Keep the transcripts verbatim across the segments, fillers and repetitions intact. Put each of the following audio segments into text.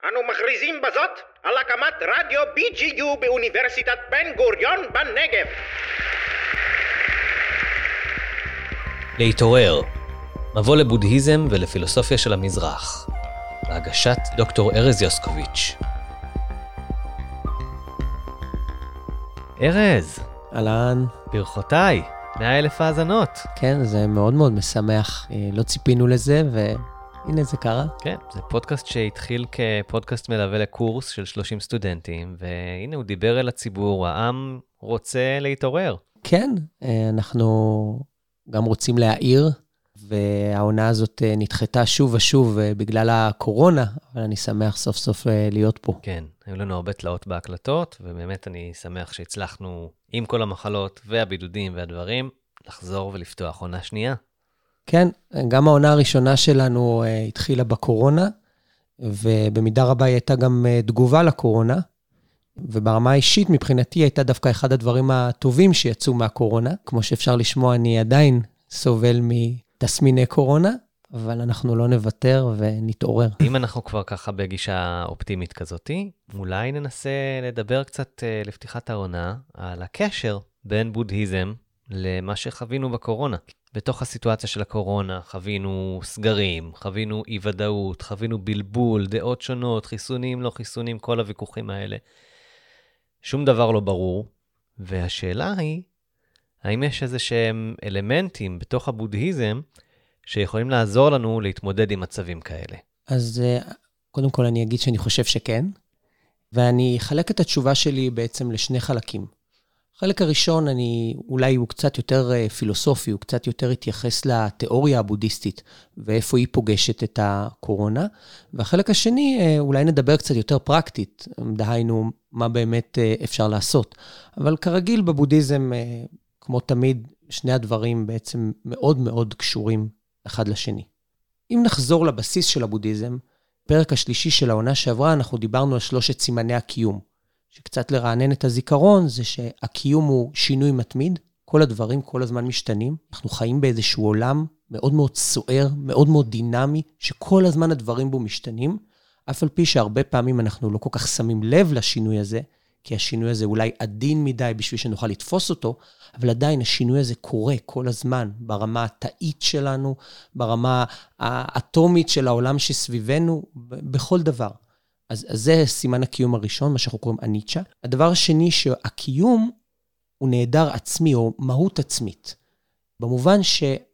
אנו מכריזים בזאת על הקמת רדיו בי ג'י יו באוניברסיטת בן גוריון בנגב. להתעורר, מבוא לבודהיזם ולפילוסופיה של המזרח. בהגשת דוקטור ארז יוסקוביץ'. ארז, אלן, ברכותיי, מאה אלף האזנות. כן, זה מאוד מאוד משמח. לא ציפינו לזה, והנה זה קרה. כן, זה פודקאסט שהתחיל כפודקאסט מלווה לקורס של שלושים סטודנטים, והנה הוא דיבר אל הציבור, העם רוצה להתעורר. כן, אנחנו גם רוצים להעיר, והעונה הזאת נדחתה שוב ושוב בגלל הקורונה, אבל אני שמח סוף סוף להיות פה. כן, היו לנו הרבה תלאות בהקלטות, ובאמת אני שמח שהצלחנו עם כל המחלות והבידודים והדברים, לחזור ולפתוח עונה שנייה. כן, גם העונה הראשונה שלנו התחילה בקורונה, ובמידה רבה היא הייתה גם תגובה לקורונה, וברמה האישית מבחינתי הייתה דווקא אחד הדברים הטובים שיצאו מהקורונה. כמו שאפשר לשמוע, אני עדיין סובל מתסמיני קורונה, אבל אנחנו לא נוותר ונתעורר. אם אנחנו כבר ככה בגישה אופטימית כזאת, אולי ננסה לדבר קצת לפתיחת העונה על הקשר בין בודהיזם למה שחווינו בקורונה. בתוך הסיטואציה של הקורונה חווינו סגרים, חווינו אי-ודאות, חווינו בלבול, דעות שונות, חיסונים, לא חיסונים, כל הוויכוחים האלה. שום דבר לא ברור, והשאלה היא, האם יש איזה שהם אלמנטים בתוך הבודהיזם שיכולים לעזור לנו להתמודד עם מצבים כאלה? אז קודם כל אני אגיד שאני חושב שכן, ואני אחלק את התשובה שלי בעצם לשני חלקים. החלק הראשון, אני, אולי הוא קצת יותר פילוסופי, הוא קצת יותר התייחס לתיאוריה הבודהיסטית, ואיפה היא פוגשת את הקורונה. והחלק השני, אולי נדבר קצת יותר פרקטית, דהיינו מה באמת אפשר לעשות. אבל כרגיל בבודהיזם, כמו תמיד, שני הדברים בעצם מאוד מאוד קשורים אחד לשני. אם נחזור לבסיס של הבודהיזם, פרק השלישי של העונה שעברה, אנחנו דיברנו על שלושת סימני הקיום. שקצת לרענן את הזיכרון, זה שהקיום הוא שינוי מתמיד, כל הדברים כל הזמן משתנים, אנחנו חיים באיזשהו עולם מאוד מאוד סוער, מאוד מאוד דינמי, שכל הזמן הדברים בו משתנים, אף על פי שהרבה פעמים אנחנו לא כל כך שמים לב לשינוי הזה, כי השינוי הזה אולי עדין מדי בשביל שנוכל לתפוס אותו, אבל עדיין השינוי הזה קורה כל הזמן, ברמה התאית שלנו, ברמה האטומית של העולם שסביבנו, בכל דבר. אז, אז זה סימן הקיום הראשון, מה שאנחנו קוראים אניצ'ה. הדבר השני שהקיום הוא נהדר עצמי או מהות עצמית. במובן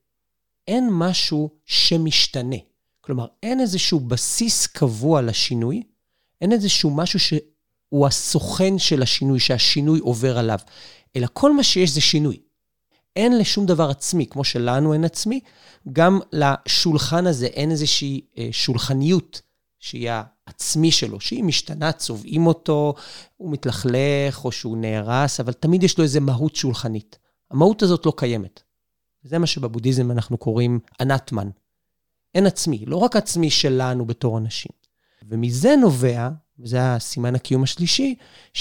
שאין משהו שמשתנה. כלומר, אין איזשהו בסיס קבוע לשינוי, אין איזשהו משהו שהוא הסוכן של השינוי, שהשינוי עובר עליו, אלא כל מה שיש זה שינוי. אין לשום דבר עצמי, כמו שלנו אין עצמי, גם לשולחן הזה אין איזושהי שולחניות, שהיא העצמי שלו, שהיא משתנה, צובעים אותו, הוא מתלכלך או שהוא נהרס, אבל תמיד יש לו איזו מהות שולחנית. המהות הזאת לא קיימת. זה מה שבבודהיזם אנחנו קוראים אנטמן. אין עצמי, לא רק עצמי שלנו בתור אנשים. ומזה נובע, וזה הסימן הקיום השלישי,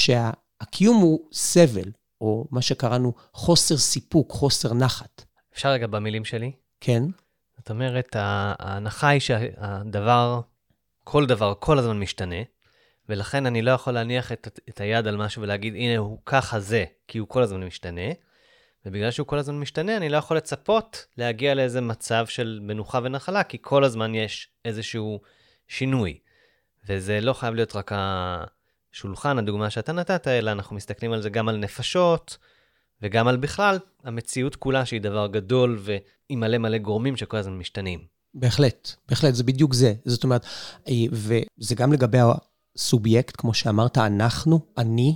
שהקיום הוא סבל, או מה שקראנו חוסר סיפוק, חוסר נחת. אפשר רגע במילים שלי? כן. זאת אומרת, ההנחה היא שהדבר... כל דבר, כל הזמן משתנה, ולכן אני לא יכול להניח את, את היד על משהו ולהגיד, הנה הוא ככה זה, כי הוא כל הזמן משתנה, ובגלל שהוא כל הזמן משתנה, אני לא יכול לצפות להגיע לאיזה מצב של מנוחה ונחלה, כי כל הזמן יש איזשהו שינוי, וזה לא חייב להיות רק השולחן, הדוגמה שאתה נתת, אלא אנחנו מסתכלים על זה גם על נפשות, וגם על בכלל המציאות כולה שהיא דבר גדול, ועם מלא מלא גורמים שכל הזמן משתנים. בהחלט, בהחלט, זה בדיוק זה. זאת אומרת, וזה גם לגבי הסובייקט, כמו שאמרת, אנחנו, אני,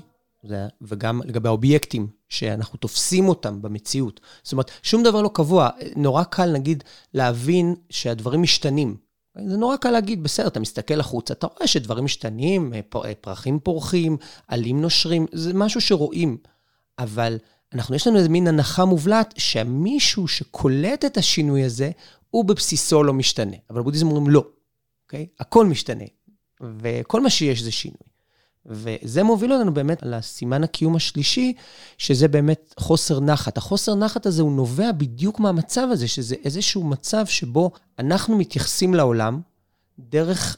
וגם לגבי האובייקטים, שאנחנו תופסים אותם במציאות. זאת אומרת, שום דבר לא קבוע. נורא קל, נגיד, להבין שהדברים משתנים. זה נורא קל להגיד, בסדר, אתה מסתכל החוצה, אתה רואה שדברים משתנים, פרחים פורחים, עלים נושרים, זה משהו שרואים. אבל אנחנו, יש לנו איזה מין הנחה מובלעת, שמישהו שקולט את השינוי הזה, הוא בבסיסו לא משתנה. אבל הבודהיזם אומרים לא, אוקיי? הכל משתנה, וכל מה שיש זה שינוי. וזה מוביל אותנו באמת לסימן הקיום השלישי, שזה באמת חוסר נחת. החוסר נחת הזה הוא נובע בדיוק מהמצב הזה, שזה איזשהו מצב שבו אנחנו מתייחסים לעולם, דרך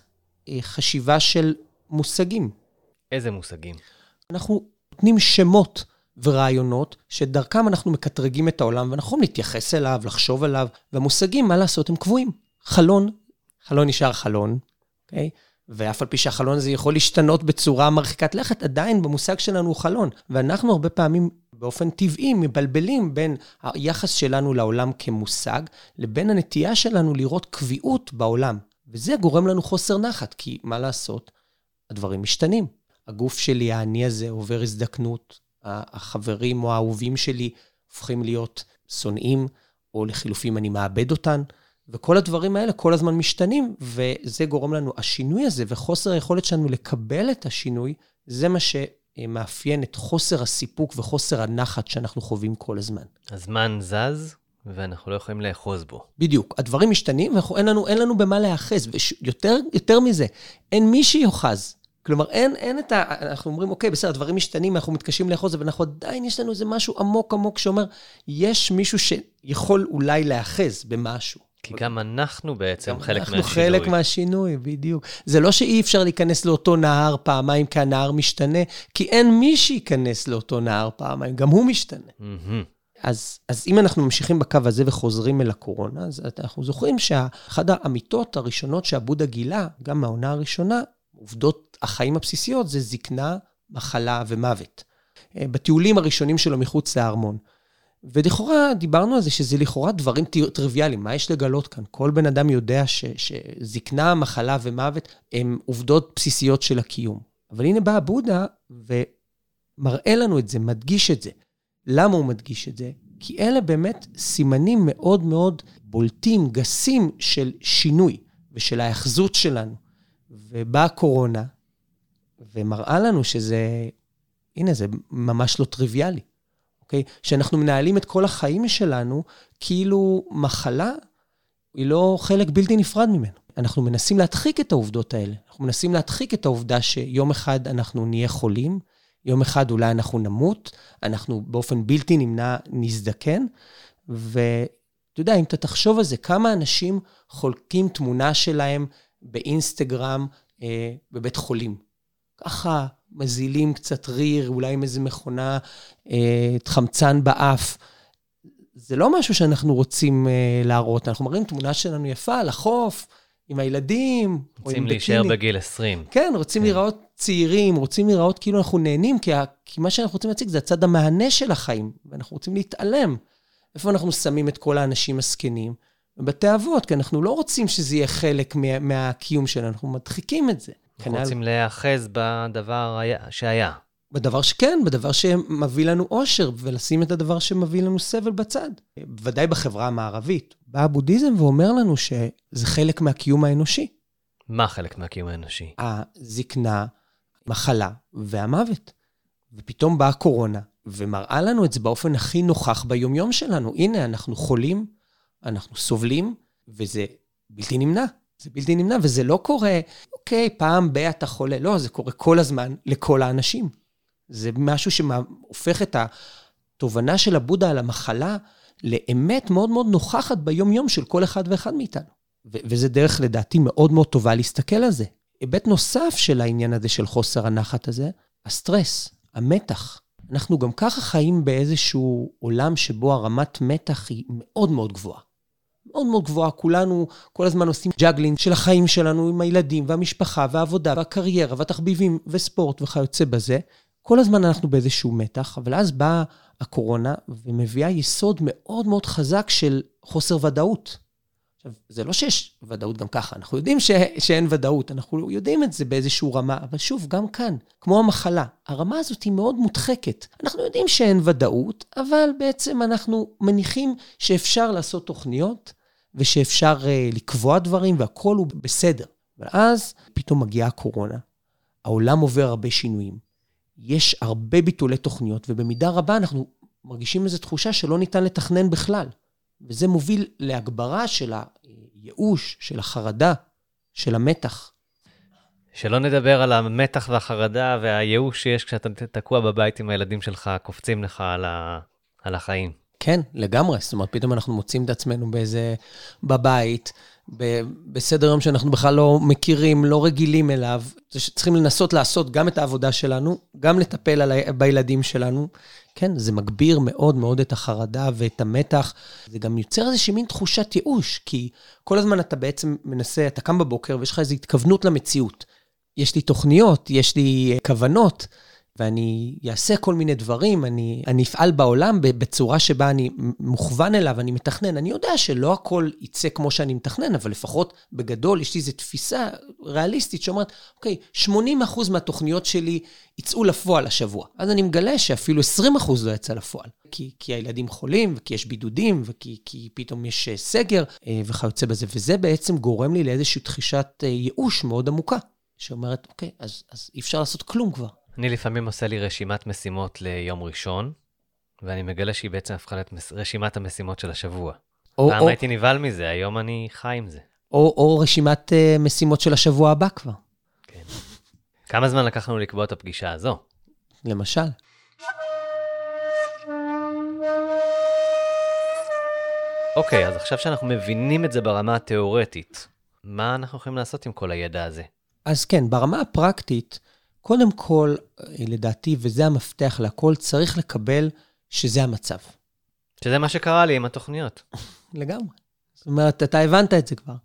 חשיבה של מושגים. איזה מושגים? אנחנו נותנים שמות ורעיונות, שדרכם אנחנו מקטרגים את העולם, ואנחנו יכולים להתייחס אליו, לחשוב עליו, והמושגים, מה לעשות, הם קבועים. חלון, חלון נשאר חלון, אוקיי? ואף על פי שהחלון הזה יכול להשתנות בצורה מרחיקת לכת, עדיין במושג שלנו הוא חלון. ואנחנו הרבה פעמים באופן טבעי מבלבלים בין היחס שלנו לעולם כמושג, לבין הנטייה שלנו לראות קביעות בעולם. וזה גורם לנו חוסר נחת, כי מה לעשות? הדברים משתנים. הגוף שלי, האני הזה, עובר הזדקנות, החברים או האהובים שלי הופכים להיות שונאים, או לחילופים אני מאבד אותן, וכל הדברים האלה כל הזמן משתנים, וזה גורם לנו, השינוי הזה וחוסר היכולת שלנו לקבל את השינוי, זה מה שמאפיין את חוסר הסיפוק וחוסר הנחת שאנחנו חווים כל הזמן. הזמן זז, ואנחנו לא יכולים לאחוז בו. בדיוק, הדברים משתנים, ואין לנו, אין לנו במה לאחז, ויותר, יותר מזה, אין מי שיוחז. כלומר, אין, אין את ה... אנחנו אומרים, אוקיי, בסדר, הדברים משתנים, אנחנו מתקשים לאחוז, ואנחנו עדיין, יש לנו איזה משהו עמוק עמוק שאומר, יש מישהו שיכול אולי לאחז במשהו. כי גם אנחנו בעצם חלק מהשינוי. אנחנו חלק מהשינוי, בדיוק. זה לא שאי אפשר להיכנס לאותו נהר פעמיים, כי הנהר משתנה, כי אין מי שייכנס לאותו נהר פעמיים, גם הוא משתנה. אז, אז אם אנחנו ממשיכים בקו הזה וחוזרים אל הקורונה, אז אנחנו זוכרים שאחד האמיתות הראשונות שהבודה גילה, גם מהעונה הראשונה, עובדות החיים הבסיסיות, זה זקנה, מחלה ומוות. בטיולים הראשונים שלו מחוץ לארמון. ולכאורה דיברנו על זה שזה לכאורה דברים טריוויאליים. מה יש לגלות כאן? כל בן אדם יודע ש, שזקנה, מחלה ומוות הם עובדות בסיסיות של הקיום. אבל הנה בא הבודה ומראה לנו את זה, מדגיש את זה. למה הוא מדגיש את זה? כי אלה באמת סימנים מאוד מאוד בולטים, גסים של שינוי ושל ההאחזות שלנו. ובאה הקורונה ומראה לנו שזה, הנה זה ממש לא טריוויאלי. אוקיי? שאנחנו מנהלים את כל החיים שלנו, כאילו מחלה היא לא חלק בלתי נפרד ממנו. אנחנו מנסים להדחיק את העובדות האלה. אנחנו מנסים להדחיק את העובדה שיום אחד אנחנו נהיה חולים, יום אחד אולי אנחנו נמות, אנחנו באופן בלתי נמנע נזדקן, ואתה יודע, אם אתה תחשוב על זה, כמה אנשים חולקים תמונה שלהם באינסטגרם אה, בבית חולים. ככה מזילים קצת ריר, אולי עם איזו מכונה, אה, חמצן באף. זה לא משהו שאנחנו רוצים אה, להראות. אנחנו מראים תמונה שלנו יפה על החוף, עם הילדים. רוצים להישאר בגיל עשרים. כן, רוצים כן. לראות צעירים, רוצים לראות כאילו אנחנו נהנים, כי, כי מה שאנחנו רוצים להציג זה הצד המענה של החיים, ואנחנו רוצים להתעלם. איפה אנחנו שמים את כל האנשים הסקנים? בבתי אבות, כי אנחנו לא רוצים שזה יהיה חלק מה, מהקיום שלנו, אנחנו מדחיקים את זה. אנחנו רוצים להאחז בדבר שהיה. בדבר שכן, בדבר שמביא לנו אושר, ולשים את הדבר שמביא לנו סבל בצד. ודאי בחברה המערבית. בא הבודהיזם ואומר לנו שזה חלק מהקיום האנושי. מה חלק מהקיום האנושי? הזקנה, מחלה והמוות. ופתאום באה הקורונה, ומראה לנו את זה באופן הכי נוכח ביומיום שלנו. הנה, אנחנו חולים, אנחנו סובלים, וזה בלתי נמנע. זה בלתי נמנע, וזה לא קורה, אוקיי, פעם בה אתה חולה. לא, זה קורה כל הזמן לכל האנשים. זה משהו שהופך את התובנה של הבודה על המחלה לאמת מאוד מאוד נוכחת ביום-יום של כל אחד ואחד מאיתנו. ו- וזה דרך לדעתי מאוד מאוד טובה להסתכל על זה. היבט נוסף של העניין הזה של חוסר הנחת הזה, הסטרס, המתח. אנחנו גם ככה חיים באיזשהו עולם שבו הרמת מתח היא מאוד מאוד גבוהה. מאוד מאוד גבוהה, כולנו כל הזמן עושים ג'אגלינג של החיים שלנו עם הילדים והמשפחה והעבודה והקריירה והתחביבים וספורט וכיוצא בזה. כל הזמן אנחנו באיזשהו מתח, אבל אז באה הקורונה ומביאה יסוד מאוד מאוד חזק של חוסר ודאות. עכשיו, זה לא שיש ודאות גם ככה, אנחנו יודעים ש... שאין ודאות, אנחנו יודעים את זה באיזשהו רמה, אבל שוב, גם כאן, כמו המחלה, הרמה הזאת היא מאוד מודחקת. אנחנו יודעים שאין ודאות, אבל בעצם אנחנו מניחים שאפשר לעשות תוכניות, ושאפשר uh, לקבוע דברים, והכל הוא בסדר. ואז פתאום מגיעה הקורונה, העולם עובר הרבה שינויים, יש הרבה ביטולי תוכניות, ובמידה רבה אנחנו מרגישים איזו תחושה שלא ניתן לתכנן בכלל. וזה מוביל להגברה של הייאוש, של החרדה, של המתח. שלא נדבר על המתח והחרדה והייאוש שיש כשאתה תקוע בבית עם הילדים שלך, קופצים לך על, ה... על החיים. כן, לגמרי. זאת אומרת, פתאום אנחנו מוצאים את עצמנו באיזה, בבית, בסדר יום שאנחנו בכלל לא מכירים, לא רגילים אליו, זה שצריכים לנסות לעשות גם את העבודה שלנו, גם לטפל על, בילדים שלנו, כן, זה מגביר מאוד מאוד את החרדה ואת המתח, זה גם יוצר איזושהי מין תחושת ייאוש, כי כל הזמן אתה בעצם מנסה, אתה קם בבוקר ויש לך איזו התכוונות למציאות. יש לי תוכניות, יש לי כוונות, ואני אעשה כל מיני דברים, אני, אני אפעל בעולם בצורה שבה אני מוכוון אליו, אני מתכנן. אני יודע שלא הכל יצא כמו שאני מתכנן, אבל לפחות בגדול יש לי איזו תפיסה ריאליסטית שאומרת, אוקיי, שמונים אחוז מהתוכניות שלי יצאו לפועל השבוע. אז אני מגלה שאפילו עשרים אחוז לא יצא לפועל. כי, כי הילדים חולים, וכי יש בידודים, וכי כי פתאום יש סגר, וכיוצא בזה. וזה בעצם גורם לי לאיזושהי תחישת ייאוש מאוד עמוקה, שאומרת, אוקיי, אז, אז אי אפשר לעשות כלום כבר. אני לפעמים עושה לי רשימת משימות ליום ראשון, ואני מגלה שהיא בעצם הפכה להיות רשימת המשימות של השבוע. או, פעם או, הייתי נבהל מזה, היום אני חי עם זה. או, או רשימת uh, משימות של השבוע הבא כבר. כן. כמה זמן לקחנו לקבוע את הפגישה הזו? למשל. אוקיי, אז עכשיו שאנחנו מבינים את זה ברמה התיאורטית, מה אנחנו יכולים לעשות עם כל הידע הזה? אז כן, ברמה הפרקטית, קודם כל, לדעתי, וזה המפתח להכל, צריך לקבל שזה המצב. שזה מה שקרה לי עם התוכניות. לגמרי. זאת אומרת, אתה הבנת את זה כבר.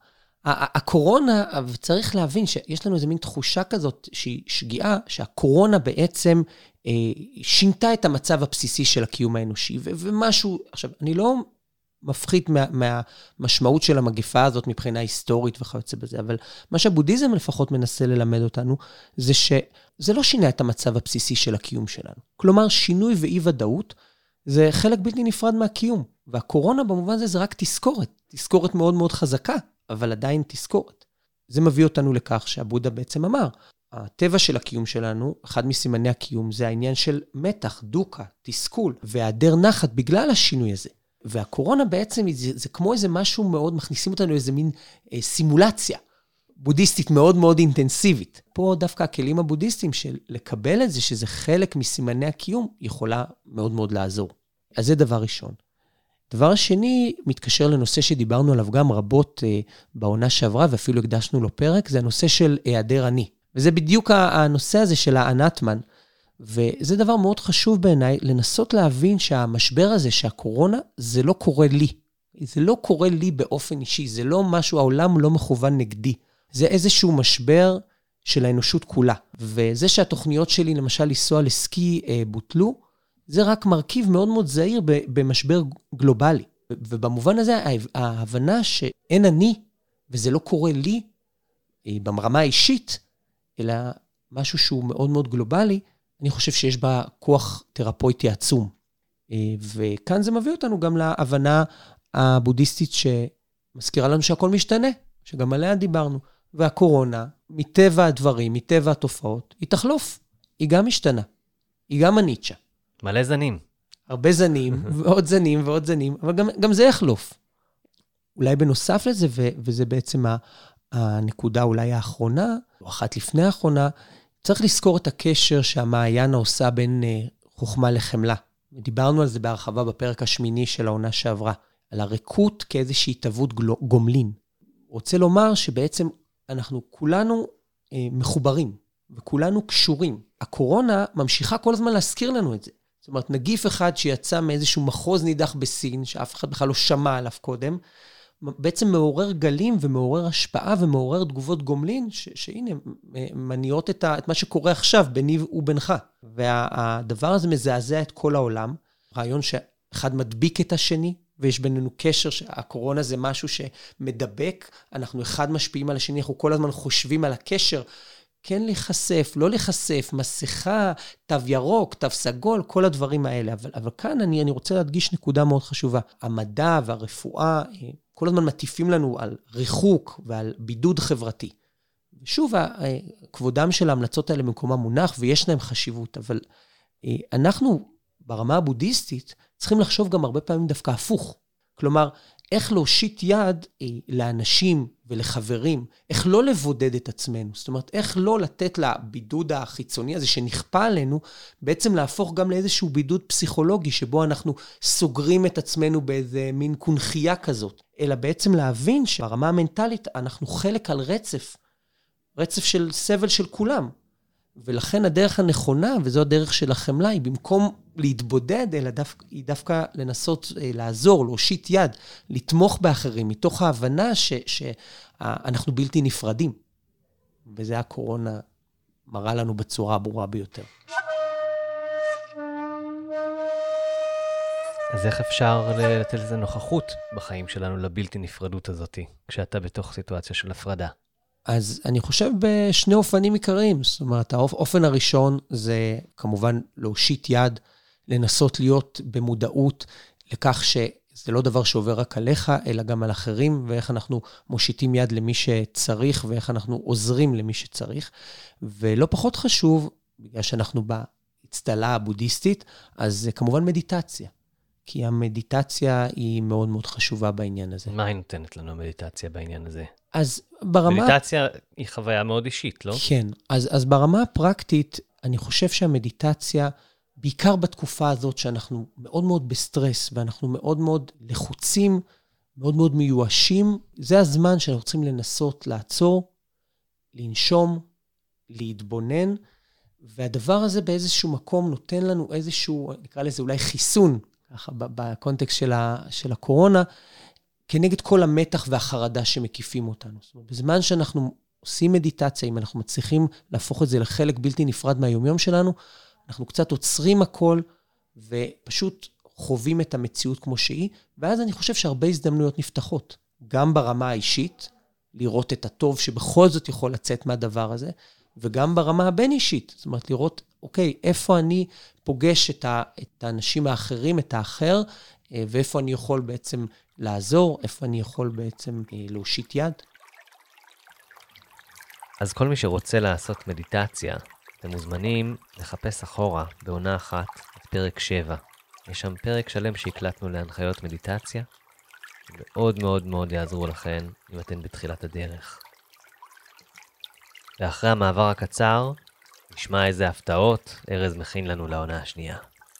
הקורונה, צריך להבין שיש לנו איזו מין תחושה כזאת, שהיא שגיאה, שהקורונה בעצם אה, שינתה את המצב הבסיסי של הקיום האנושי, ו- ומשהו, עכשיו, אני לא מפחית מה, מהמשמעות של המגפה הזאת מבחינה היסטורית וכיוצא בזה, אבל מה שהבודהיזם לפחות מנסה ללמד אותנו, זה שזה לא שינה את המצב הבסיסי של הקיום שלנו. כלומר, שינוי ואי ודאות, זה חלק בלתי נפרד מהקיום. והקורונה במובן הזה זה רק תזכורת, תזכורת מאוד מאוד חזקה, אבל עדיין תזכורת. זה מביא אותנו לכך שהבודה בעצם אמר, הטבע של הקיום שלנו, אחד מסימני הקיום, זה העניין של מתח, דוקה, תסכול, והיעדר נחת בגלל השינוי הזה. והקורונה בעצם זה, זה כמו איזה משהו מאוד, מכניסים אותנו איזה מין אה, סימולציה בודהיסטית מאוד מאוד אינטנסיבית. פה דווקא הכלים הבודהיסטיים של לקבל את זה, שזה חלק מסימני הקיום, יכולה מאוד מאוד לעזור. אז זה דבר ראשון. דבר השני, מתקשר לנושא שדיברנו עליו גם רבות אה, בעונה שעברה, ואפילו הקדשנו לו פרק, זה הנושא של היעדר אני. וזה בדיוק הנושא הזה של האנטמן, וזה דבר מאוד חשוב בעיניי, לנסות להבין שהמשבר הזה, שהקורונה, זה לא קורה לי. זה לא קורה לי באופן אישי, זה לא משהו, העולם לא מכוון נגדי. זה איזשהו משבר של האנושות כולה. וזה שהתוכניות שלי, למשל, לנסוע לסקי אה, בוטלו, זה רק מרכיב מאוד מאוד זהיר במשבר גלובלי. ובמובן הזה, ההבנה שאין אני, וזה לא קורה לי, אה, ברמה האישית, אלא משהו שהוא מאוד מאוד גלובלי, אני חושב שיש בה כוח תרפויטי עצום. וכאן זה מביא אותנו גם להבנה הבודהיסטית שמזכירה לנו שהכל משתנה, שגם עליה דיברנו. והקורונה, מטבע הדברים, מטבע התופעות, היא תחלוף. היא גם משתנה. היא גם הניטשה. מלא זנים. הרבה זנים, ועוד זנים ועוד זנים, אבל גם, גם זה יחלוף. אולי בנוסף לזה, ו- וזה בעצם הנקודה אולי האחרונה, או אחת לפני האחרונה, צריך לזכור את הקשר שהמעיינה עושה בין חוכמה לחמלה. דיברנו על זה בהרחבה בפרק השמיני של העונה שעברה, על הריקות כאיזושהי התהוות גומלין. רוצה לומר שבעצם אנחנו כולנו מחוברים, וכולנו קשורים. הקורונה ממשיכה כל הזמן להזכיר לנו את זה. זאת אומרת, נגיף אחד שיצא מאיזשהו מחוז נידח בסין, שאף אחד בכלל לא שמע עליו קודם, בעצם מעורר גלים ומעורר השפעה ומעורר תגובות גומלין, ש- שהנה, מניעות את, ה- את מה שקורה עכשיו ביני ובינך. והדבר הזה מזעזע את כל העולם. רעיון שאחד מדביק את השני, ויש בינינו קשר שהקורונה זה משהו שמדבק, אנחנו אחד משפיעים על השני, אנחנו כל הזמן חושבים על הקשר, כן להיחשף, לא להיחשף, מסכה, תו ירוק, תו סגול, כל הדברים האלה. אבל, אבל כאן אני, אני רוצה להדגיש נקודה מאוד חשובה. המדע והרפואה, כל הזמן מטיפים לנו על ריחוק ועל בידוד חברתי. ושוב, כבודם של ההמלצות האלה במקומה מונח, ויש להם חשיבות, אבל אנחנו, ברמה הבודהיסטית, צריכים לחשוב גם הרבה פעמים דווקא הפוך. כלומר, איך להושיט יד לאנשים ולחברים, איך לא לבודד את עצמנו, זאת אומרת, איך לא לתת לבידוד החיצוני הזה שנכפה עלינו, בעצם להפוך גם לאיזשהו בידוד פסיכולוגי, שבו אנחנו סוגרים את עצמנו באיזה מין קונחייה כזאת, אלא בעצם להבין שברמה המנטלית אנחנו חלק על רצף, רצף של סבל של כולם, ולכן הדרך הנכונה, וזו הדרך של החמלה, היא במקום להתבודד, אלא דווקא, היא דווקא לנסות אה, לעזור, להושיט יד, לתמוך באחרים, מתוך ההבנה ש, שאנחנו בלתי נפרדים. וזה הקורונה מראה לנו בצורה הברורה ביותר. אז איך אפשר לתת לזה נוכחות בחיים שלנו לבלתי נפרדות הזאת, כשאתה בתוך סיטואציה של הפרדה? אז אני חושב בשני אופנים עיקריים. זאת אומרת, האופן הראשון זה כמובן להושיט יד, לנסות להיות במודעות לכך שזה לא דבר שעובר רק עליך, אלא גם על אחרים, ואיך אנחנו מושיטים יד למי שצריך, ואיך אנחנו עוזרים למי שצריך. ולא פחות חשוב, בגלל שאנחנו באצטלה הבודהיסטית, אז זה כמובן מדיטציה. כי המדיטציה היא מאוד מאוד חשובה בעניין הזה. מה היא נותנת לנו המדיטציה בעניין הזה? אז ברמה... מדיטציה היא חוויה מאוד אישית, לא? כן. אז, אז ברמה הפרקטית, אני חושב שהמדיטציה, בעיקר בתקופה הזאת שאנחנו מאוד מאוד בסטרס, ואנחנו מאוד מאוד לחוצים, מאוד מאוד מיואשים, זה הזמן שאנחנו צריכים לנסות לעצור, לנשום, להתבונן, והדבר הזה באיזשהו מקום נותן לנו איזשהו, נקרא לזה אולי חיסון, ככה בקונטקסט של, ה, של הקורונה, כנגד כל המתח והחרדה שמקיפים אותנו. זאת אומרת, בזמן שאנחנו עושים מדיטציה, אם אנחנו מצליחים להפוך את זה לחלק בלתי נפרד מהיומיום שלנו, אנחנו קצת עוצרים הכל, ופשוט חווים את המציאות כמו שהיא, ואז אני חושב שהרבה הזדמנויות נפתחות, גם ברמה האישית, לראות את הטוב שבכל זאת יכול לצאת מהדבר הזה, וגם ברמה הבין-אישית, זאת אומרת, לראות, אוקיי, איפה אני פוגש את, ה, את האנשים האחרים, את האחר, ואיפה אני יכול בעצם לעזור, איפה אני יכול בעצם להושיט יד. אז כל מי שרוצה לעשות מדיטציה, אתם מוזמנים לחפש אחורה בעונה אחת את פרק שבע. יש שם פרק שלם שהקלטנו להנחיות מדיטציה, מאוד מאוד מאוד יעזרו לכן אם אתן בתחילת הדרך. ואחרי המעבר הקצר, נשמע איזה הפתעות ארז מכין לנו לעונה השנייה.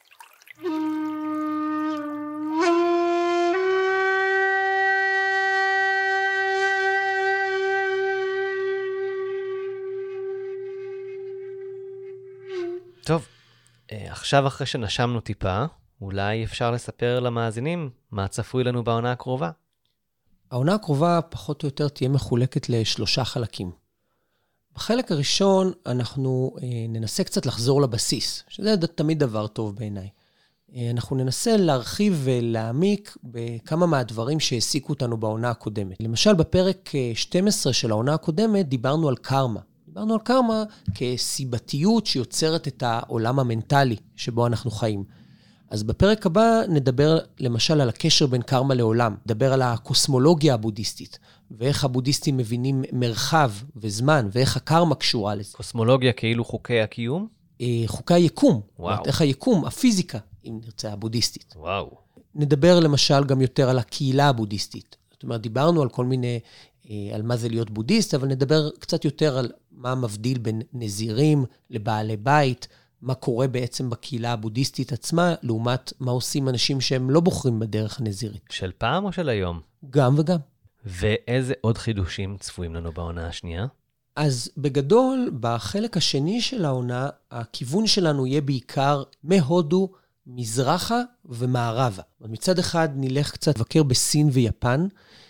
טוב, עכשיו אחרי שנשמנו טיפה, אולי אפשר לספר למאזינים מה צפוי לנו בעונה הקרובה. העונה הקרובה פחות או יותר תהיה מחולקת לשלושה חלקים. בחלק הראשון אנחנו ננסה קצת לחזור לבסיס, שזה תמיד דבר טוב בעיניי. אנחנו ננסה להרחיב ולהעמיק בכמה מהדברים שהעסיקו אותנו בעונה הקודמת. למשל, בפרק שתים עשרה של העונה הקודמת דיברנו על קרמה. דיברנו על קרמה כסיבתיות שיוצרת את העולם המנטלי שבו אנחנו חיים. אז בפרק הבא נדבר למשל על הקשר בין קרמה לעולם. נדבר על הקוסמולוגיה הבודהיסטית, ואיך הבודהיסטים מבינים מרחב וזמן, ואיך הקרמה קשורה לזה. קוסמולוגיה כאילו חוקי הקיום? חוקי היקום. וואו. איך היקום, הפיזיקה, אם נרצה, הבודהיסטית. וואו. נדבר למשל גם יותר על הקהילה הבודהיסטית. זאת אומרת, דיברנו על כל מיני, על מה זה להיות בודהיסט, אבל נדבר קצת יותר על מה מבדיל בין נזירים לבעלי בית, מה קורה בעצם בקהילה הבודהיסטית עצמה, לעומת מה עושים אנשים שהם לא בוחרים בדרך הנזירית. של פעם או של היום? גם וגם. ואיזה עוד חידושים צפויים לנו בעונה השנייה? אז בגדול, בחלק השני של העונה, הכיוון שלנו יהיה בעיקר מהודו, מזרחה ומערבה. מצד אחד נלך קצת לבקר בסין ויפן,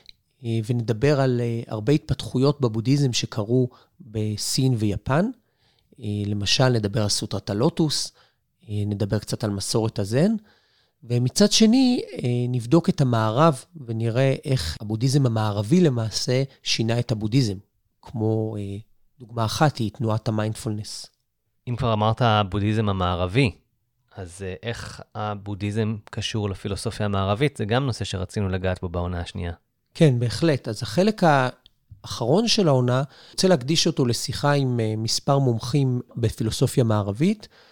ונדבר על הרבה התפתחויות בבודהיזם שקרו בסין ויפן. למשל, נדבר על סוטרת הלוטוס, נדבר קצת על מסורת הזן, ומצד שני, נבדוק את המערב ונראה איך הבודהיזם המערבי למעשה שינה את הבודהיזם, כמו דוגמה אחת היא תנועת המיינדפולנס. אם כבר אמרת הבודהיזם המערבי, אז איך הבודהיזם קשור לפילוסופיה המערבית? זה גם נושא שרצינו לגעת בו בעונה השנייה. כן, בהחלט. אז החלק האחרון של העונה, רוצה להקדיש אותו לשיחה עם מספר מומחים בפילוסופיה מערבית,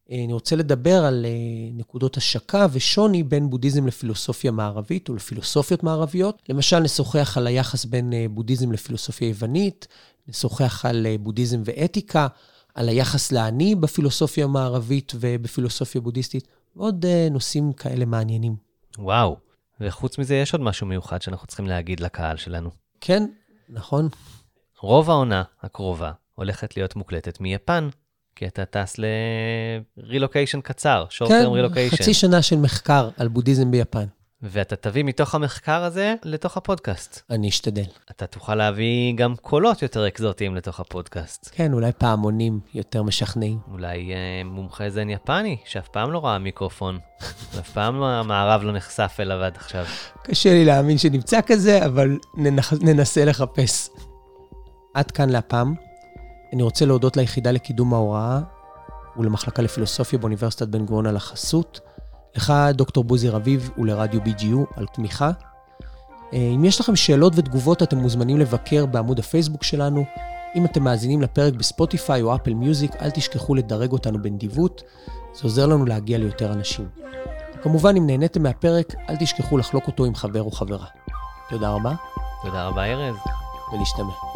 אני רוצה לדבר על נקודות השקה ושוני בין בודהיזם לפילוסופיה מערבית ולפילוסופיות מערביות. למשל, נשוחח על היחס בין בודהיזם לפילוסופיה יוונית, נשוחח על בודהיזם ואתיקה, על היחס לעני בפילוסופיה המערבית ובפילוסופיה בודהיסטית, ועוד נושאים כאלה מעניינים. וואו, וחוץ מזה יש עוד משהו מיוחד שאנחנו צריכים להגיד לקהל שלנו. כן, נכון. רוב העונה הקרובה הולכת להיות מוקלטת מיפן, כי אתה טס ל-relocation קצר, short term relocation. כן, חצי שנה של מחקר על בודהיזם ביפן. ואתה תביא מתוך המחקר הזה לתוך הפודקאסט. אני אשתדל. אתה תוכל להביא גם קולות יותר אקזוטיים לתוך הפודקאסט. כן, אולי פעמונים יותר משכנעים. אולי אה, מומחה זן יפני, שאף פעם לא ראה מיקרופון. אף פעם המערב לא נחשף אליו עד עכשיו. קשה לי להאמין שנמצא כזה, אבל ננח... ננסה לחפש. עד כאן להפעם. אני רוצה להודות ליחידה לקידום ההוראה ולמחלקה לפילוסופיה באוניברסיטת בן גוריון על החסות. לך, דוקטור בוזי רביב, ולרדיו בי ג'י יו על תמיכה. אם יש לכם שאלות ותגובות, אתם מוזמנים לבקר בעמוד הפייסבוק שלנו. אם אתם מאזינים לפרק בספוטיפיי או אפל מיוזיק, אל תשכחו לדרג אותנו בנדיבות. זה עוזר לנו להגיע ליותר אנשים. כמובן, אם נהניתם מהפרק, אל תשכחו לחלוק אותו עם חבר או חברה. תודה רבה. תודה רבה, ארז. ולהשתמע.